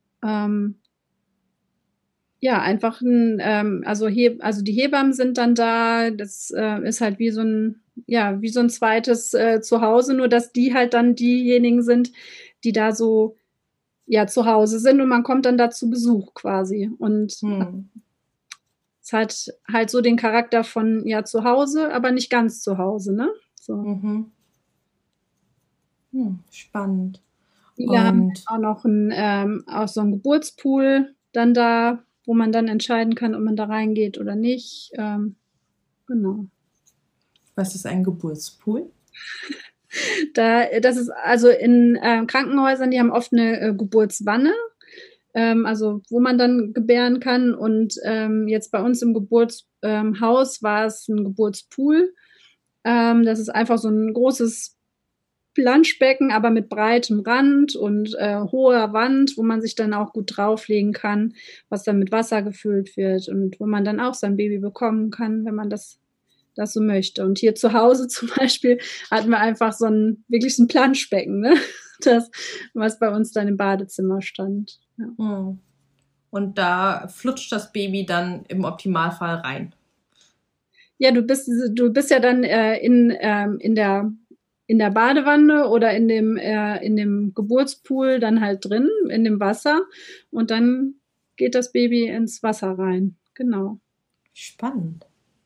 einfach also die Hebammen sind dann da, das ist halt wie so ein zweites Zuhause, nur dass die halt dann diejenigen sind, die da so zu Hause sind und man kommt dann da zu Besuch quasi und es hat halt so den Charakter von zu Hause, aber nicht ganz zu Hause, ne? So. Spannend. Viele haben auch noch auch so einen Geburtspool dann da, wo man dann entscheiden kann, ob man da reingeht oder nicht. Genau. Was ist ein Geburtspool? Das ist also in Krankenhäusern, die haben oft eine Geburtswanne, also wo man dann gebären kann. Und jetzt bei uns im Geburtshaus war es ein Geburtspool. Das ist einfach so ein großes Planschbecken, aber mit breitem Rand und hoher Wand, wo man sich dann auch gut drauflegen kann, was dann mit Wasser gefüllt wird und wo man dann auch sein Baby bekommen kann, wenn man das so möchte. Und hier zu Hause zum Beispiel hatten wir einfach wirklich so ein Planschbecken, ne? Das, was bei uns dann im Badezimmer stand. Ja. Und da flutscht das Baby dann im Optimalfall rein. Ja, du bist ja dann in der Badewanne oder in dem Geburtspool dann halt drin, in dem Wasser. Und dann geht das Baby ins Wasser rein. Genau. Spannend.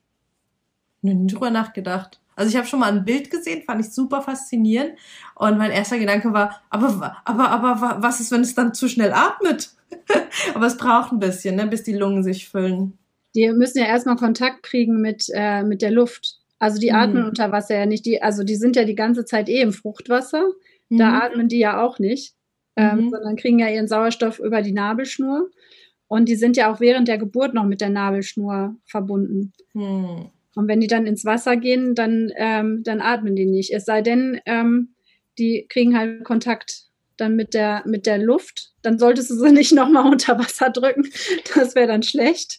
Nie drüber nachgedacht. Also ich habe schon mal ein Bild gesehen, fand ich super faszinierend. Und mein erster Gedanke war, aber was ist, wenn es dann zu schnell atmet? Aber es braucht ein bisschen, ne, bis die Lungen sich füllen. Die müssen ja erstmal Kontakt kriegen mit der Luft. Also die atmen unter Wasser ja nicht. Die sind ja die ganze Zeit im Fruchtwasser. Da atmen die ja auch nicht, sondern kriegen ja ihren Sauerstoff über die Nabelschnur. Und die sind ja auch während der Geburt noch mit der Nabelschnur verbunden. Und wenn die dann ins Wasser gehen, dann atmen die nicht. Es sei denn, die kriegen halt Kontakt dann mit der Luft. Dann solltest du sie nicht nochmal unter Wasser drücken. Das wäre dann schlecht.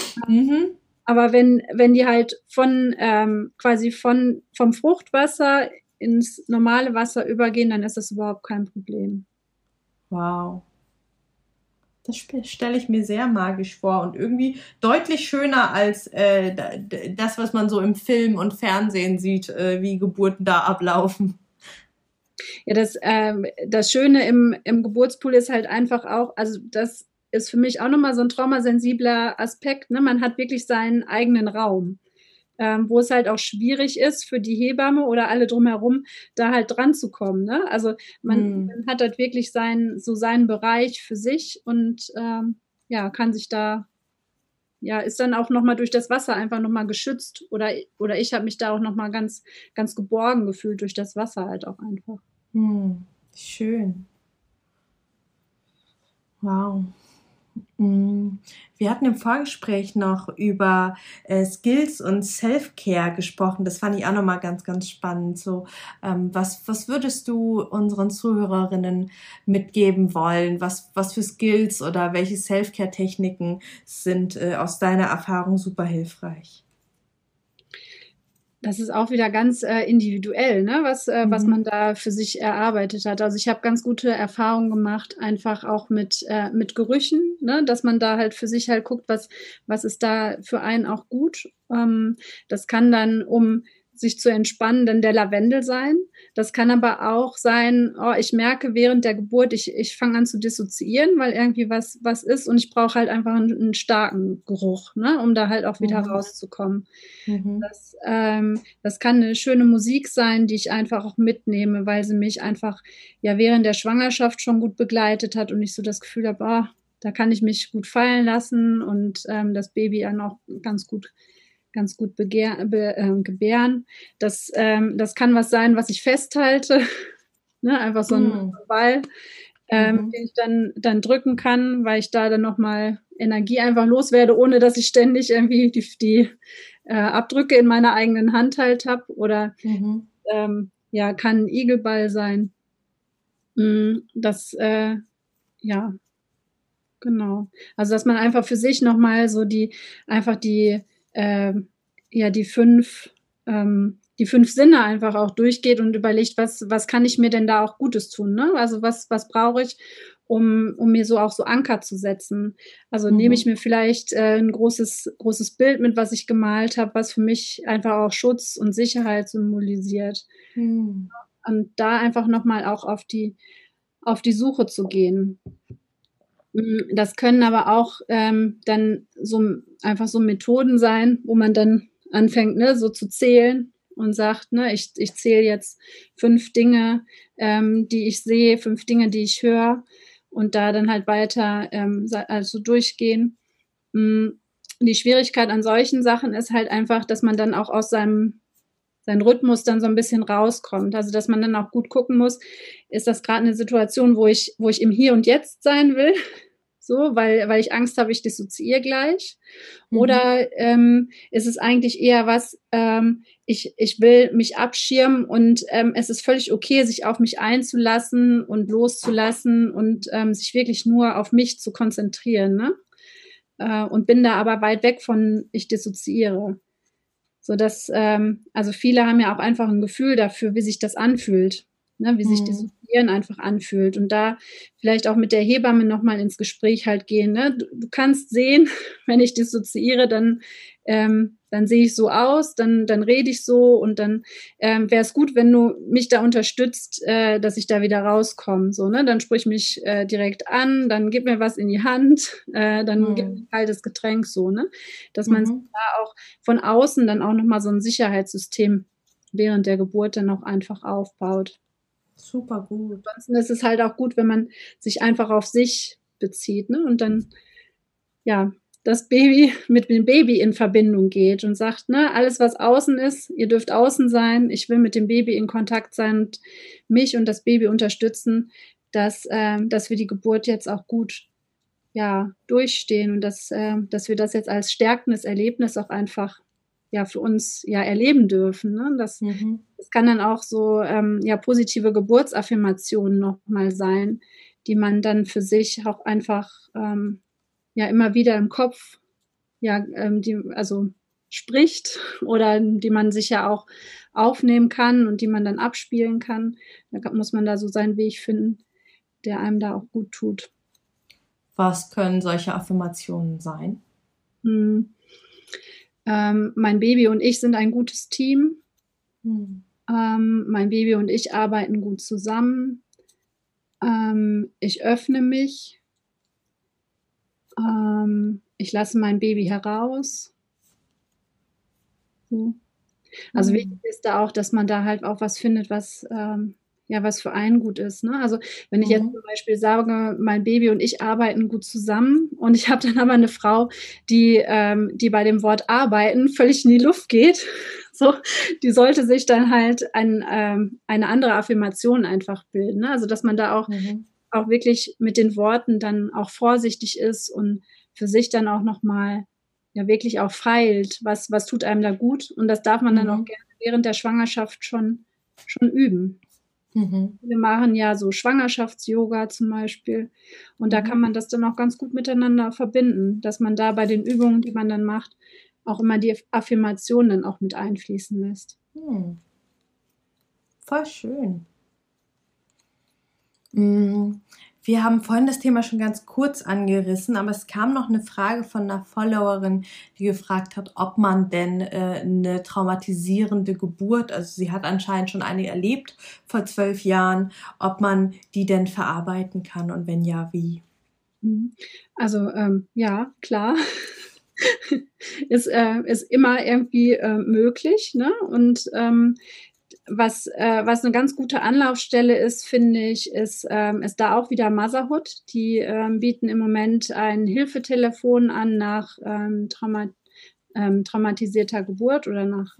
Aber wenn die halt quasi vom Fruchtwasser ins normale Wasser übergehen, dann ist das überhaupt kein Problem. Wow. Das stelle ich mir sehr magisch vor und irgendwie deutlich schöner als das, was man so im Film und Fernsehen sieht, wie Geburten da ablaufen. Ja, das Schöne im Geburtspool ist halt einfach auch, also das ist für mich auch nochmal so ein traumasensibler Aspekt, ne? Man hat wirklich seinen eigenen Raum, wo es halt auch schwierig ist für die Hebamme oder alle drumherum, da halt dran zu kommen, ne? Also man hat halt wirklich seinen Bereich für sich und kann sich da, ist dann auch nochmal durch das Wasser einfach nochmal geschützt oder ich habe mich da auch nochmal ganz, ganz geborgen gefühlt durch das Wasser halt auch einfach. Schön. Wow. Wir hatten im Vorgespräch noch über Skills und Self-Care gesprochen. Das fand ich auch nochmal ganz, ganz spannend. So, was würdest du unseren Zuhörerinnen mitgeben wollen? Was für Skills oder welche Self-Care-Techniken sind aus deiner Erfahrung super hilfreich? Das ist auch wieder ganz individuell, ne? Was man da für sich erarbeitet hat. Also ich habe ganz gute Erfahrungen gemacht, einfach auch mit Gerüchen, ne? Dass man da halt für sich halt guckt, was ist da für einen auch gut. Das kann dann, um sich zu entspannen, dann der Lavendel sein. Das kann aber auch sein, ich merke während der Geburt, ich fange an zu dissoziieren, weil irgendwie was ist und ich brauche halt einfach einen starken Geruch, ne, um da halt auch wieder rauszukommen. Das kann eine schöne Musik sein, die ich einfach auch mitnehme, weil sie mich einfach ja während der Schwangerschaft schon gut begleitet hat und ich so das Gefühl habe, da kann ich mich gut fallen lassen und das Baby dann auch ganz gut gebären. Das kann was sein, was ich festhalte, ne? Einfach so ein Ball, den ich dann drücken kann, weil ich da dann nochmal Energie einfach loswerde, ohne dass ich ständig irgendwie die Abdrücke in meiner eigenen Hand halt habe. Oder kann ein Igelball sein. Genau. Also dass man einfach für sich nochmal so die fünf Sinne einfach auch durchgeht und überlegt, was kann ich mir denn da auch Gutes tun, ne? Also was brauche ich, um mir so auch so Anker zu setzen. Also nehme ich mir vielleicht ein großes Bild mit, was ich gemalt habe, was für mich einfach auch Schutz und Sicherheit symbolisiert. Und da einfach nochmal auch auf die Suche zu gehen. Das können aber auch dann einfach so Methoden sein, wo man dann anfängt, ne, so zu zählen und sagt, ne, ich zähle jetzt 5 Dinge, die ich sehe, 5 Dinge, die ich höre und da dann halt weiter also durchgehen. Die Schwierigkeit an solchen Sachen ist halt einfach, dass man dann auch aus seinem sein Rhythmus dann so ein bisschen rauskommt. Also, dass man dann auch gut gucken muss, ist das gerade eine Situation, wo ich im Hier und Jetzt sein will, so, weil ich Angst habe, ich dissoziiere gleich. Oder ist es eigentlich eher was, ich will mich abschirmen und es ist völlig okay, sich auf mich einzulassen und loszulassen und sich wirklich nur auf mich zu konzentrieren, ne? Und bin da aber weit weg von ich dissoziiere. So dass, also viele haben ja auch einfach ein Gefühl dafür, wie sich das anfühlt, ne, wie sich Dissoziieren einfach anfühlt. Und da vielleicht auch mit der Hebamme nochmal ins Gespräch halt gehen. Ne? Du kannst sehen, wenn ich dissoziiere, dann sehe ich so aus, dann rede ich so und dann wäre es gut, wenn du mich da unterstützt, dass ich da wieder rauskomme. So, ne? Dann sprich mich direkt an, dann gib mir was in die Hand, dann gib mir ein kaltes Getränk, so, ne? Dass man da auch von außen dann auch nochmal so ein Sicherheitssystem während der Geburt dann auch einfach aufbaut. Super gut. Ansonsten ist es halt auch gut, wenn man sich einfach auf sich bezieht, ne? Und dann, ja, das Baby mit dem Baby in Verbindung geht und sagt, ne, alles, was außen ist, ihr dürft außen sein, ich will mit dem Baby in Kontakt sein und mich und das Baby unterstützen, dass wir die Geburt jetzt auch gut, ja, durchstehen und dass wir das jetzt als stärkendes Erlebnis auch einfach, ja, für uns, ja, erleben dürfen, ne? Das kann dann auch so, ja, positive Geburtsaffirmationen nochmal sein, die man dann für sich auch einfach, ja, immer wieder im Kopf, ja, also spricht oder die man sich ja auch aufnehmen kann und die man dann abspielen kann. Da muss man da so seinen Weg finden, der einem da auch gut tut. Was können solche Affirmationen sein? Mein Baby und ich sind ein gutes Team. Mein Baby und ich arbeiten gut zusammen. Ich öffne mich. Ich lasse mein Baby heraus. So. Also wichtig ist da auch, dass man da halt auch was findet, was was für einen gut ist. Ne? Also wenn ich jetzt zum Beispiel sage, mein Baby und ich arbeiten gut zusammen und ich habe dann aber eine Frau, die bei dem Wort arbeiten völlig in die Luft geht, so, die sollte sich dann halt eine andere Affirmation einfach bilden. Ne? Also dass man da auch wirklich mit den Worten dann auch vorsichtig ist und für sich dann auch nochmal ja wirklich auch feilt, was tut einem da gut. Und das darf man dann auch gerne während der Schwangerschaft schon üben. Wir machen ja so Schwangerschafts-Yoga zum Beispiel. Und da kann man das dann auch ganz gut miteinander verbinden, dass man da bei den Übungen, die man dann macht, auch immer die Affirmationen dann auch mit einfließen lässt. Voll schön. Wir haben vorhin das Thema schon ganz kurz angerissen, aber es kam noch eine Frage von einer Followerin, die gefragt hat, ob man denn eine traumatisierende Geburt, also sie hat anscheinend schon eine erlebt vor 12 Jahren, ob man die denn verarbeiten kann und wenn ja, wie? Also ja, klar. ist immer irgendwie möglich, ne? Und was eine ganz gute Anlaufstelle ist, finde ich, ist da auch wieder Motherhood. Die bieten im Moment ein Hilfetelefon an nach traumatisierter Geburt oder nach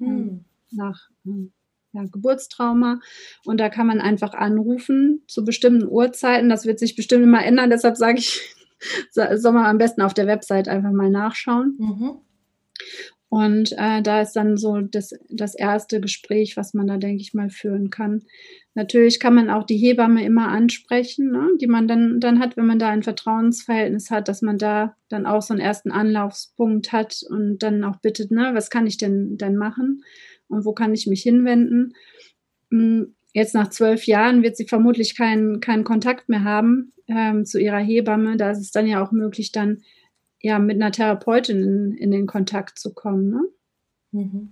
Geburtstrauma. Und da kann man einfach anrufen zu bestimmten Uhrzeiten. Das wird sich bestimmt immer ändern. Deshalb sage ich, soll man am besten auf der Website einfach mal nachschauen. Und da ist dann so das erste Gespräch, was man da, denke ich mal, führen kann. Natürlich kann man auch die Hebamme immer ansprechen, ne, die man dann hat, wenn man da ein Vertrauensverhältnis hat, dass man da dann auch so einen ersten Anlaufspunkt hat und dann auch bittet, ne, was kann ich denn machen und wo kann ich mich hinwenden? Jetzt nach 12 Jahren wird sie vermutlich keinen Kontakt mehr haben zu ihrer Hebamme. Da ist es dann ja auch möglich, dann ja mit einer Therapeutin in den Kontakt zu kommen. Ne?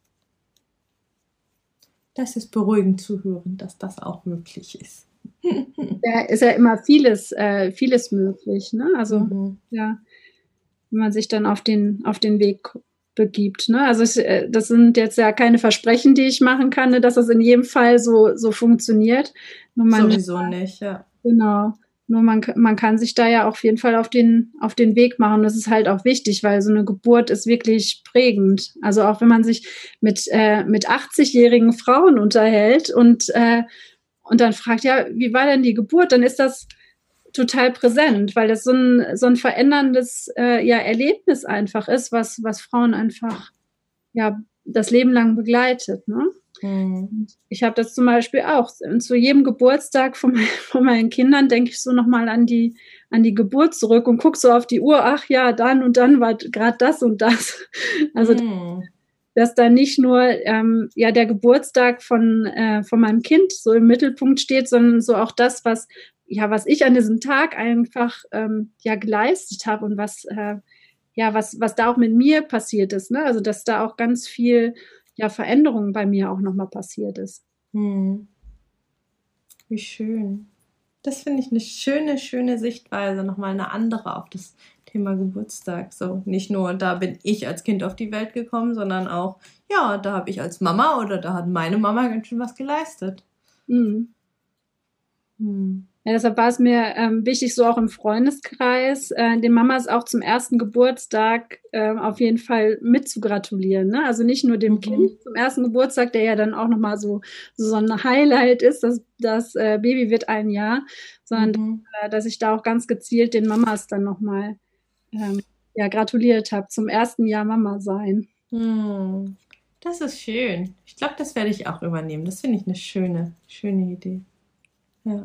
Das ist beruhigend zu hören, dass das auch möglich ist. Da ist ja immer vieles möglich. Ne? Also ja, wenn man sich dann auf den Weg begibt. Ne? Also das sind jetzt ja keine Versprechen, die ich machen kann, ne, dass das in jedem Fall so funktioniert. Sowieso nicht, ja. Genau. Nur man kann sich da ja auf jeden Fall auf den Weg machen. Das ist halt auch wichtig, weil so eine Geburt ist wirklich prägend. Also auch wenn man sich mit 80-jährigen Frauen unterhält und dann fragt, ja, wie war denn die Geburt? Dann ist das total präsent, weil das so ein veränderndes Erlebnis einfach ist, was Frauen einfach das Leben lang begleitet, ne? Ich habe das zum Beispiel auch. Zu jedem Geburtstag von meinen Kindern denke ich so nochmal an die Geburt zurück und gucke so auf die Uhr, ach ja, dann und dann war gerade das und das. Also, dass da nicht nur der Geburtstag von meinem Kind so im Mittelpunkt steht, sondern so auch das, was ich an diesem Tag einfach geleistet habe und was da auch mit mir passiert ist, ne? Also, dass da auch ganz viel Veränderung bei mir auch nochmal passiert ist. Wie schön. Das finde ich eine schöne Sichtweise, nochmal eine andere auf das Thema Geburtstag. So, nicht nur, da bin ich als Kind auf die Welt gekommen, sondern auch, ja, da habe ich als Mama oder da hat meine Mama ganz schön was geleistet. Ja, deshalb war es mir wichtig, so auch im Freundeskreis, den Mamas auch zum ersten Geburtstag auf jeden Fall mitzugratulieren. Ne? Also nicht nur dem Kind zum ersten Geburtstag, der ja dann auch nochmal so ein Highlight ist, das Baby wird 1 Jahr, sondern dass ich da auch ganz gezielt den Mamas dann nochmal gratuliert habe zum ersten Jahr Mama sein. Das ist schön. Ich glaube, das werde ich auch übernehmen. Das finde ich eine schöne Idee. Ja.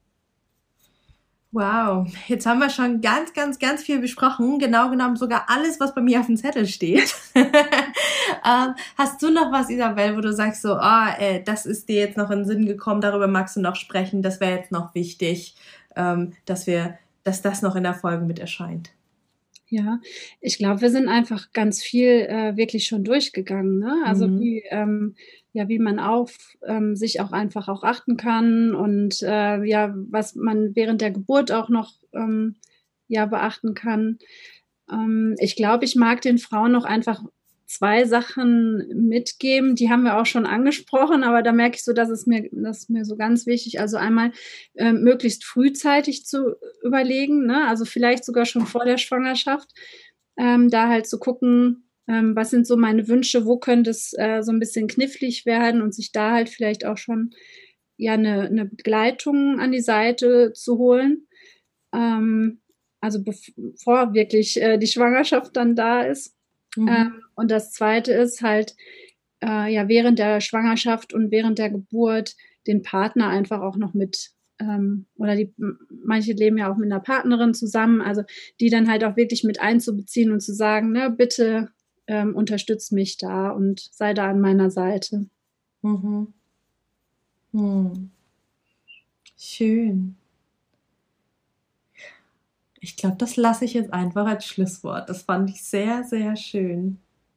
Wow, jetzt haben wir schon ganz viel besprochen. Genau genommen sogar alles, was bei mir auf dem Zettel steht. Hast du noch was, Isabel, wo du sagst so, das ist dir jetzt noch in den Sinn gekommen, darüber magst du noch sprechen, das wäre jetzt noch wichtig, dass das noch in der Folge mit erscheint? Ja, ich glaube, wir sind einfach ganz viel wirklich schon durchgegangen, ne? Also wie man auf sich auch einfach auch achten kann und was man während der Geburt auch noch beachten kann. Ich glaube, ich mag den Frauen noch einfach 2 Sachen mitgeben, die haben wir auch schon angesprochen, aber da merke ich so, das ist mir so ganz wichtig. Also einmal möglichst frühzeitig zu überlegen, ne? Also vielleicht sogar schon vor der Schwangerschaft, da halt zu gucken, was sind so meine Wünsche, wo könnte es so ein bisschen knifflig werden und sich da halt vielleicht auch schon eine Begleitung an die Seite zu holen. Also bevor wirklich die Schwangerschaft dann da ist. Und das Zweite ist halt, während der Schwangerschaft und während der Geburt den Partner einfach auch noch mit, manche leben ja auch mit einer Partnerin zusammen, also die dann halt auch wirklich mit einzubeziehen und zu sagen, ne, bitte unterstützt mich da und sei da an meiner Seite. Schön. Ich glaube, das lasse ich jetzt einfach als Schlusswort. Das fand ich sehr, sehr schön.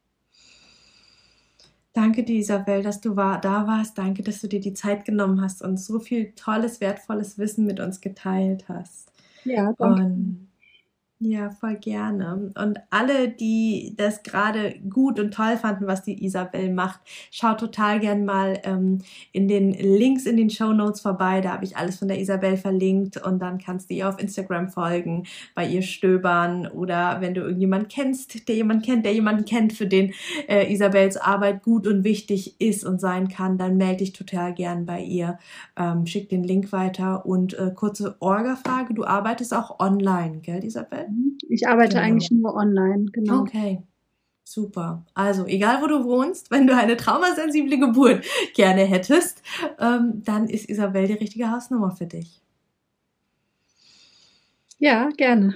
Danke dir, Isabel, dass du da warst. Danke, dass du dir die Zeit genommen hast und so viel tolles, wertvolles Wissen mit uns geteilt hast. Ja, danke. Und ja, voll gerne. Und alle, die das gerade gut und toll fanden, was die Isabel macht, schaut total gern mal in den Links in den Shownotes vorbei. Da habe ich alles von der Isabel verlinkt und dann kannst du ihr auf Instagram folgen, bei ihr stöbern oder wenn du irgendjemanden kennst, der jemanden kennt, für den Isabels Arbeit gut und wichtig ist und sein kann, dann melde dich total gern bei ihr. Schick den Link weiter und kurze Orga-Frage, du arbeitest auch online, gell, Isabel? Ich arbeite eigentlich nur online, genau. Okay, super. Also, egal wo du wohnst, wenn du eine traumasensible Geburt gerne hättest, dann ist Isabel die richtige Hausnummer für dich. Ja, gerne.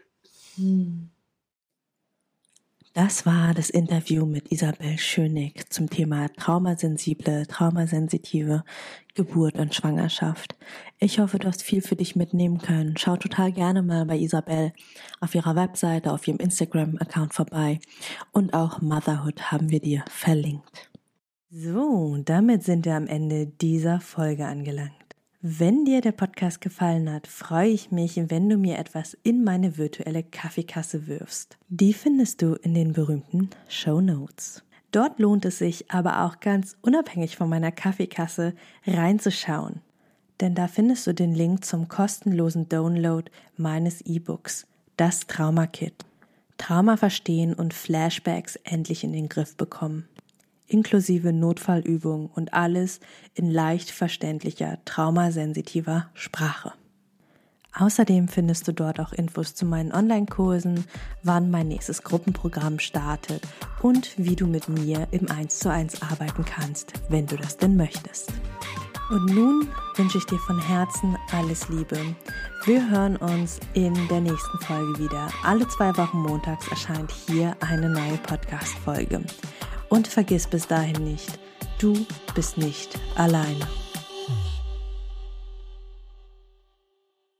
Das war das Interview mit Isabel Schönig zum Thema traumasensitive Geburt und Schwangerschaft. Ich hoffe, du hast viel für dich mitnehmen können. Schau total gerne mal bei Isabel auf ihrer Webseite, auf ihrem Instagram-Account vorbei. Und auch Motherhood haben wir dir verlinkt. So, damit sind wir am Ende dieser Folge angelangt. Wenn dir der Podcast gefallen hat, freue ich mich, wenn du mir etwas in meine virtuelle Kaffeekasse wirfst. Die findest du in den berühmten Shownotes. Dort lohnt es sich aber auch ganz unabhängig von meiner Kaffeekasse reinzuschauen. denn da findest du den Link zum kostenlosen Download meines E-Books, das Trauma-Kit. Trauma verstehen und Flashbacks endlich in den Griff bekommen. Inklusive Notfallübungen und alles in leicht verständlicher, traumasensitiver Sprache. Außerdem findest du dort auch Infos zu meinen Online-Kursen, wann mein nächstes Gruppenprogramm startet und wie du mit mir im 1:1 arbeiten kannst, wenn du das denn möchtest. Und nun wünsche ich dir von Herzen alles Liebe. Wir hören uns in der nächsten Folge wieder. Alle 2 Wochen montags erscheint hier eine neue Podcast-Folge. Und vergiss bis dahin nicht, du bist nicht alleine.